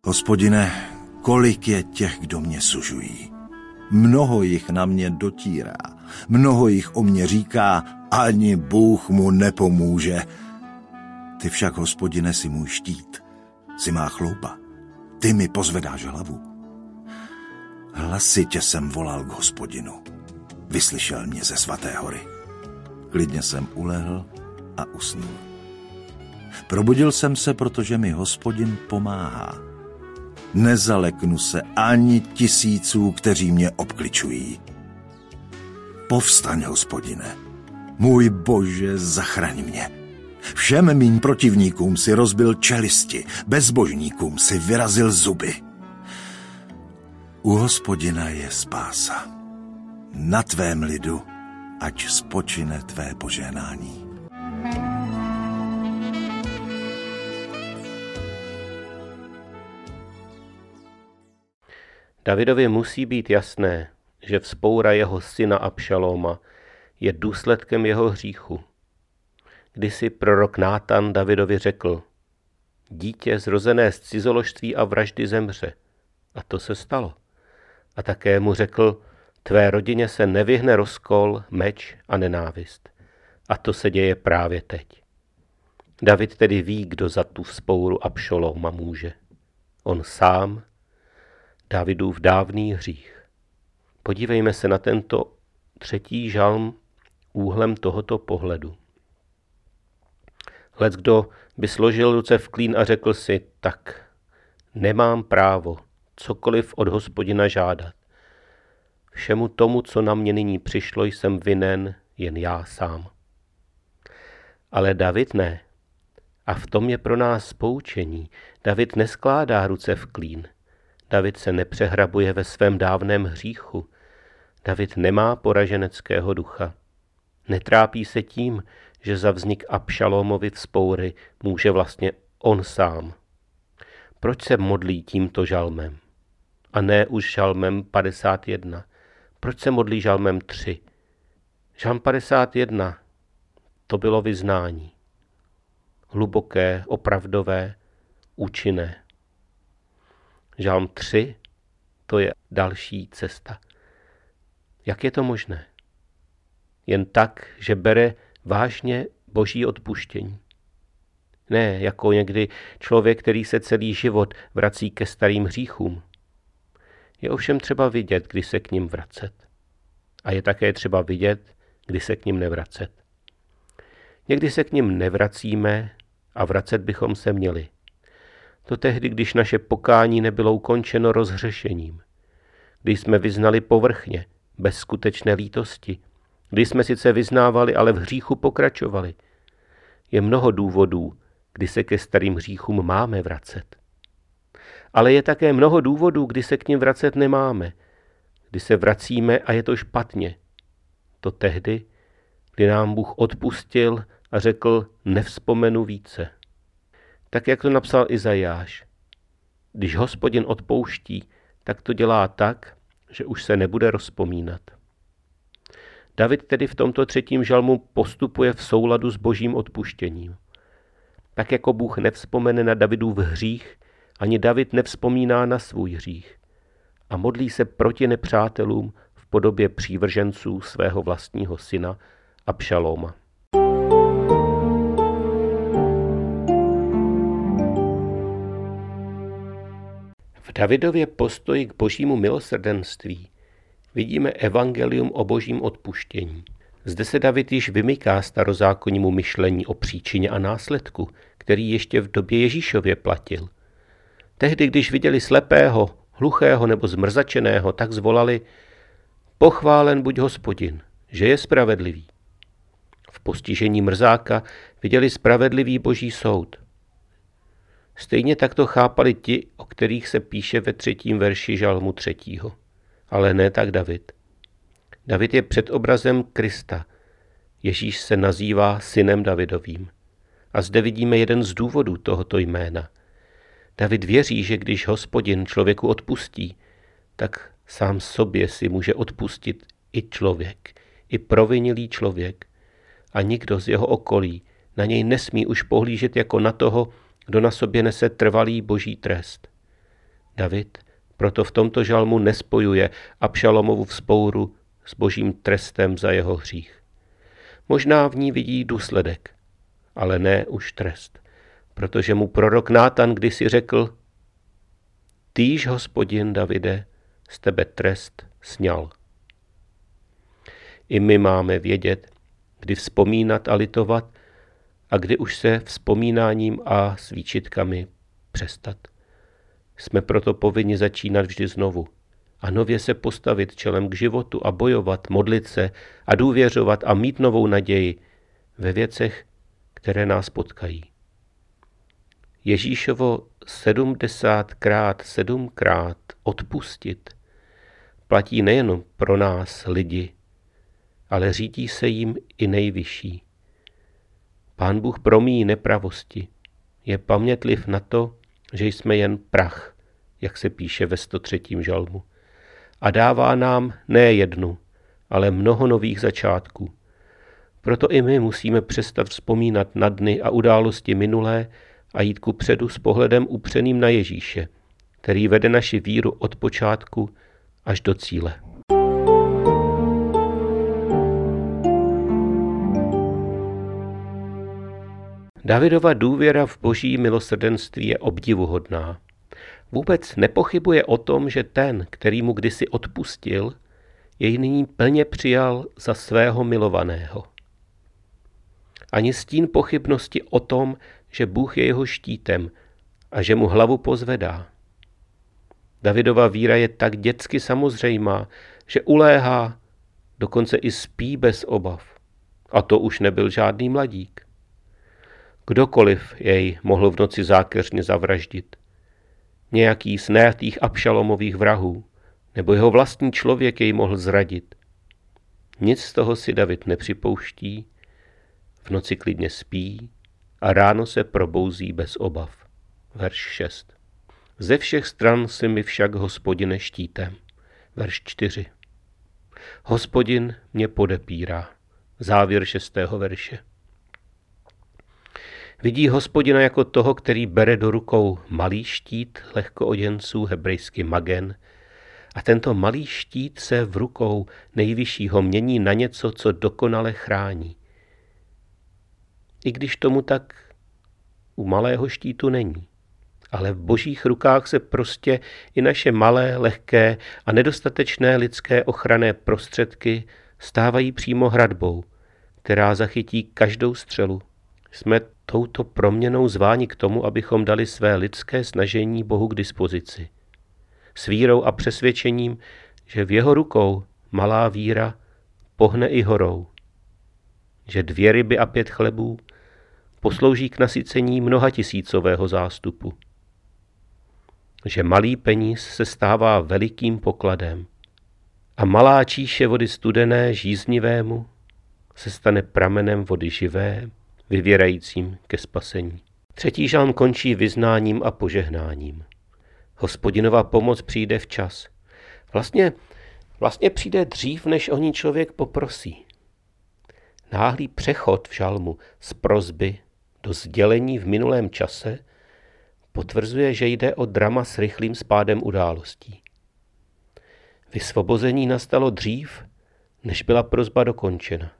Hospodine, kolik je těch, kdo mě sužují. Mnoho jich na mě dotírá, mnoho jich o mě říká, ani Bůh mu nepomůže. Ty však, Hospodine, si můj štít, si má chlouba, ty mi pozvedáš hlavu. Hlasitě jsem volal k Hospodinu, vyslyšel mě ze svaté hory. Klidně jsem ulehl a usnul. Probudil jsem se, protože mi Hospodin pomáhá. Nezaleknu se ani tisíců, kteří mě obkličují. Povstaň, Hospodine, můj Bože, zachraň mě. Všem mým protivníkům si rozbil čelisti, bezbožníkům si vyrazil zuby. U Hospodina je spása. Na tvém lidu, ať spočine tvé požehnání. Davidovi musí být jasné, že vzpoura jeho syna Abšalóma je důsledkem jeho hříchu. Kdysi prorok Nátan Davidovi řekl: dítě zrozené z cizoložství a vraždy zemře. A to se stalo. A také mu řekl: tvé rodině se nevyhne rozkol, meč a nenávist. A to se děje právě teď. David tedy ví, kdo za tu vzpouru Abšalóma může. On sám, Davidův dávný hřích. Podívejme se na tento 3. žalm úhlem tohoto pohledu. Leckdo by složil ruce v klín a řekl si: tak, nemám právo cokoliv od Hospodina žádat. Všemu tomu, co na mě nyní přišlo, jsem vinen jen já sám. Ale David ne. A v tom je pro nás poučení. David neskládá ruce v klín. David se nepřehrabuje ve svém dávném hříchu. David nemá poraženeckého ducha. Netrápí se tím, že za vznik Abšalómovy vzpoury může vlastně on sám. Proč se modlí tímto žalmem? A ne už žalmem 51. Proč se modlí žalmem 3? Žalm 51, to bylo vyznání. Hluboké, opravdové, účinné. Žalm 3, to je další cesta. Jak je to možné? Jen tak, že bere vážně boží odpuštění. Ne jako někdy člověk, který se celý život vrací ke starým hříchům. Je ovšem třeba vidět, kdy se k nim vracet. A je také třeba vidět, kdy se k nim nevracet. Někdy se k nim nevracíme a vracet bychom se měli. To tehdy, když naše pokání nebylo ukončeno rozhřešením. Když jsme vyznali povrchně, bez skutečné lítosti. Když jsme sice vyznávali, ale v hříchu pokračovali. Je mnoho důvodů, kdy se ke starým hříchům máme vracet. Ale je také mnoho důvodů, kdy se k nim vracet nemáme. Kdy se vracíme a je to špatně. To tehdy, kdy nám Bůh odpustil a řekl: nevzpomenu více. Tak, jak to napsal Izajáš. Když Hospodin odpouští, tak to dělá tak, že už se nebude rozpomínat. David tedy v tomto 3. žalmu postupuje v souladu s božím odpuštěním. Tak jako Bůh nevzpomene na Davidův hřích, ani David nevzpomíná na svůj hřích a modlí se proti nepřátelům v podobě přívrženců svého vlastního syna Abšalóma. V Davidově postoji k božímu milosrdenství vidíme evangelium o božím odpuštění. Zde se David již vymyká starozákonnímu myšlení o příčině a následku, který ještě v době Ježíšově platil. Tehdy, když viděli slepého, hluchého nebo zmrzačeného, tak zvolali: pochválen buď Hospodin, že je spravedlivý. V postižení mrzáka viděli spravedlivý boží soud. Stejně tak to chápali ti, o kterých se píše ve 3. verši žalmu 3. Ale ne tak David. David je předobrazem Krista. Ježíš se nazývá synem Davidovým. A zde vidíme jeden z důvodů tohoto jména. David věří, že když Hospodin člověku odpustí, tak sám sobě si může odpustit i člověk, i provinilý člověk. A nikdo z jeho okolí na něj nesmí už pohlížet jako na toho, kdo na sobě nese trvalý boží trest. David proto v tomto žalmu nespojuje Abšalomovu vzpouru s božím trestem za jeho hřích. Možná v ní vidí důsledek, ale ne už trest, protože mu prorok Nátan kdysi řekl: Týž Hospodin, Davide, z tebe trest sňal. I my máme vědět, kdy vzpomínat a litovat a kdy už se vzpomínáním a s výčitkami přestat. Jsme proto povinni začínat vždy znovu a nově se postavit čelem k životu a bojovat, modlit se a důvěřovat a mít novou naději ve věcech, které nás potkají. Ježíšovo 70krát odpustit platí nejen pro nás lidi, ale řídí se jim i nejvyšší. Pán Bůh promíjí nepravosti, je pamětliv na to, že jsme jen prach, jak se píše ve 103. žalmu, a dává nám ne jednu, ale mnoho nových začátků. Proto i my musíme přestat vzpomínat na dny a události minulé a jít kupředu s pohledem upřeným na Ježíše, který vede naši víru od počátku až do cíle. Davidova důvěra v boží milosrdenství je obdivuhodná. Vůbec nepochybuje o tom, že ten, který mu kdysi odpustil, jej nyní plně přijal za svého milovaného. Ani stín pochybnosti o tom, že Bůh je jeho štítem a že mu hlavu pozvedá. Davidova víra je tak dětsky samozřejmá, že uléhá, dokonce i spí bez obav. A to už nebyl žádný mladík. Kdokoliv jej mohl v noci zákeřně zavraždit. Nějaký z najatých Abšalomových vrahů, nebo jeho vlastní člověk jej mohl zradit. Nic z toho si David nepřipouští, v noci klidně spí a ráno se probouzí bez obav. Verš 6. Ze všech stran si mi však, Hospodine, štítem. Verš 4. Hospodin mě podepírá. Závěr 6. verše. Vidí Hospodina jako toho, který bere do rukou malý štít lehkooděnců, hebrejsky magen, a tento malý štít se v rukou nejvyššího mění na něco, co dokonale chrání. I když tomu tak u malého štítu není. Ale v božích rukách se prostě i naše malé, lehké a nedostatečné lidské ochranné prostředky stávají přímo hradbou, která zachytí každou střelu. Jsme touto proměnou zváni k tomu, abychom dali své lidské snažení Bohu k dispozici. S vírou a přesvědčením, že v jeho rukou malá víra pohne i horou. Že 2 ryby a 5 chlebů poslouží k nasycení mnohatisícového zástupu. Že malý peníz se stává velikým pokladem a malá číše vody studené žíznivému se stane pramenem vody živé, vyvěrajícím ke spasení. 3. žalm končí vyznáním a požehnáním. Hospodinova pomoc přijde včas. Vlastně přijde dřív, než o ní člověk poprosí. Náhlý přechod v žalmu z prosby do sdělení v minulém čase potvrzuje, že jde o drama s rychlým spádem událostí. Vysvobození nastalo dřív, než byla prosba dokončena.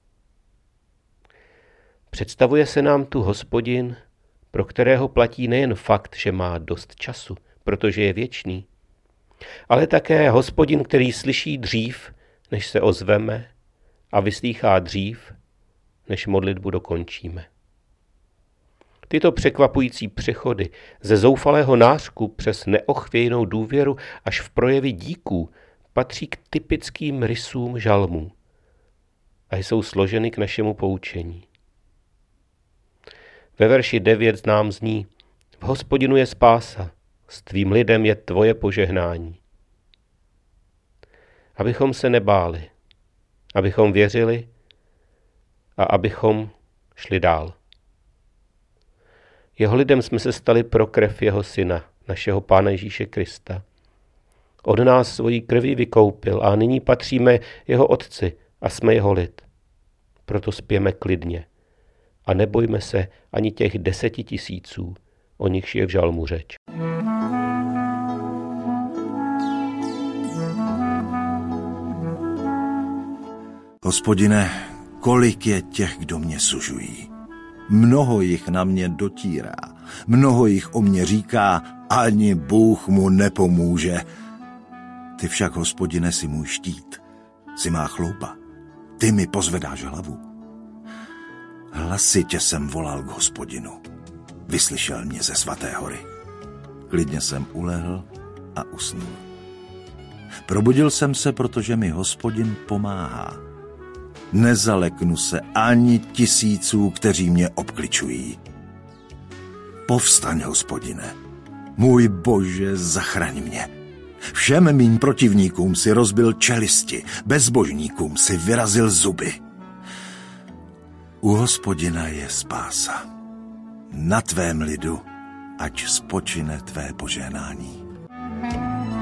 Představuje se nám tu Hospodin, pro kterého platí nejen fakt, že má dost času, protože je věčný, ale také Hospodin, který slyší dřív, než se ozveme, a vyslýchá dřív, než modlitbu dokončíme. Tyto překvapující přechody ze zoufalého nářku přes neochvějnou důvěru až v projevy díků patří k typickým rysům žalmů a jsou složeny k našemu poučení. Ve verši 9 nám zní: v Hospodinu je spása, s tvým lidem je tvoje požehnání. Abychom se nebáli, abychom věřili a abychom šli dál. Jeho lidem jsme se stali pro krev jeho syna, našeho Pána Ježíše Krista. Od nás svojí krví vykoupil a nyní patříme jeho otci a jsme jeho lid. Proto spěme klidně a nebojme se ani těch 10 000, o nichž je v žalmu řeč. Hospodine, kolik je těch, kdo mě sužují. Mnoho jich na mě dotírá, mnoho jich o mě říká, ani Bůh mu nepomůže. Ty však, Hospodine, si můj štít, si má chlouba, ty mi pozvedáš hlavu. Hlasitě jsem volal k Hospodinu, vyslyšel mě ze svaté hory. Klidně jsem ulehl a usnul. Probudil jsem se, protože mi Hospodin pomáhá. Nezaleknu se ani tisíců, kteří mě obkličují. Povstaň, Hospodine, můj Bože, zachraň mě. Všem mým protivníkům si rozbil čelisti, bezbožníkům si vyrazil zuby. U Hospodina je spása. Na tvém lidu ať spočine tvé požehnání.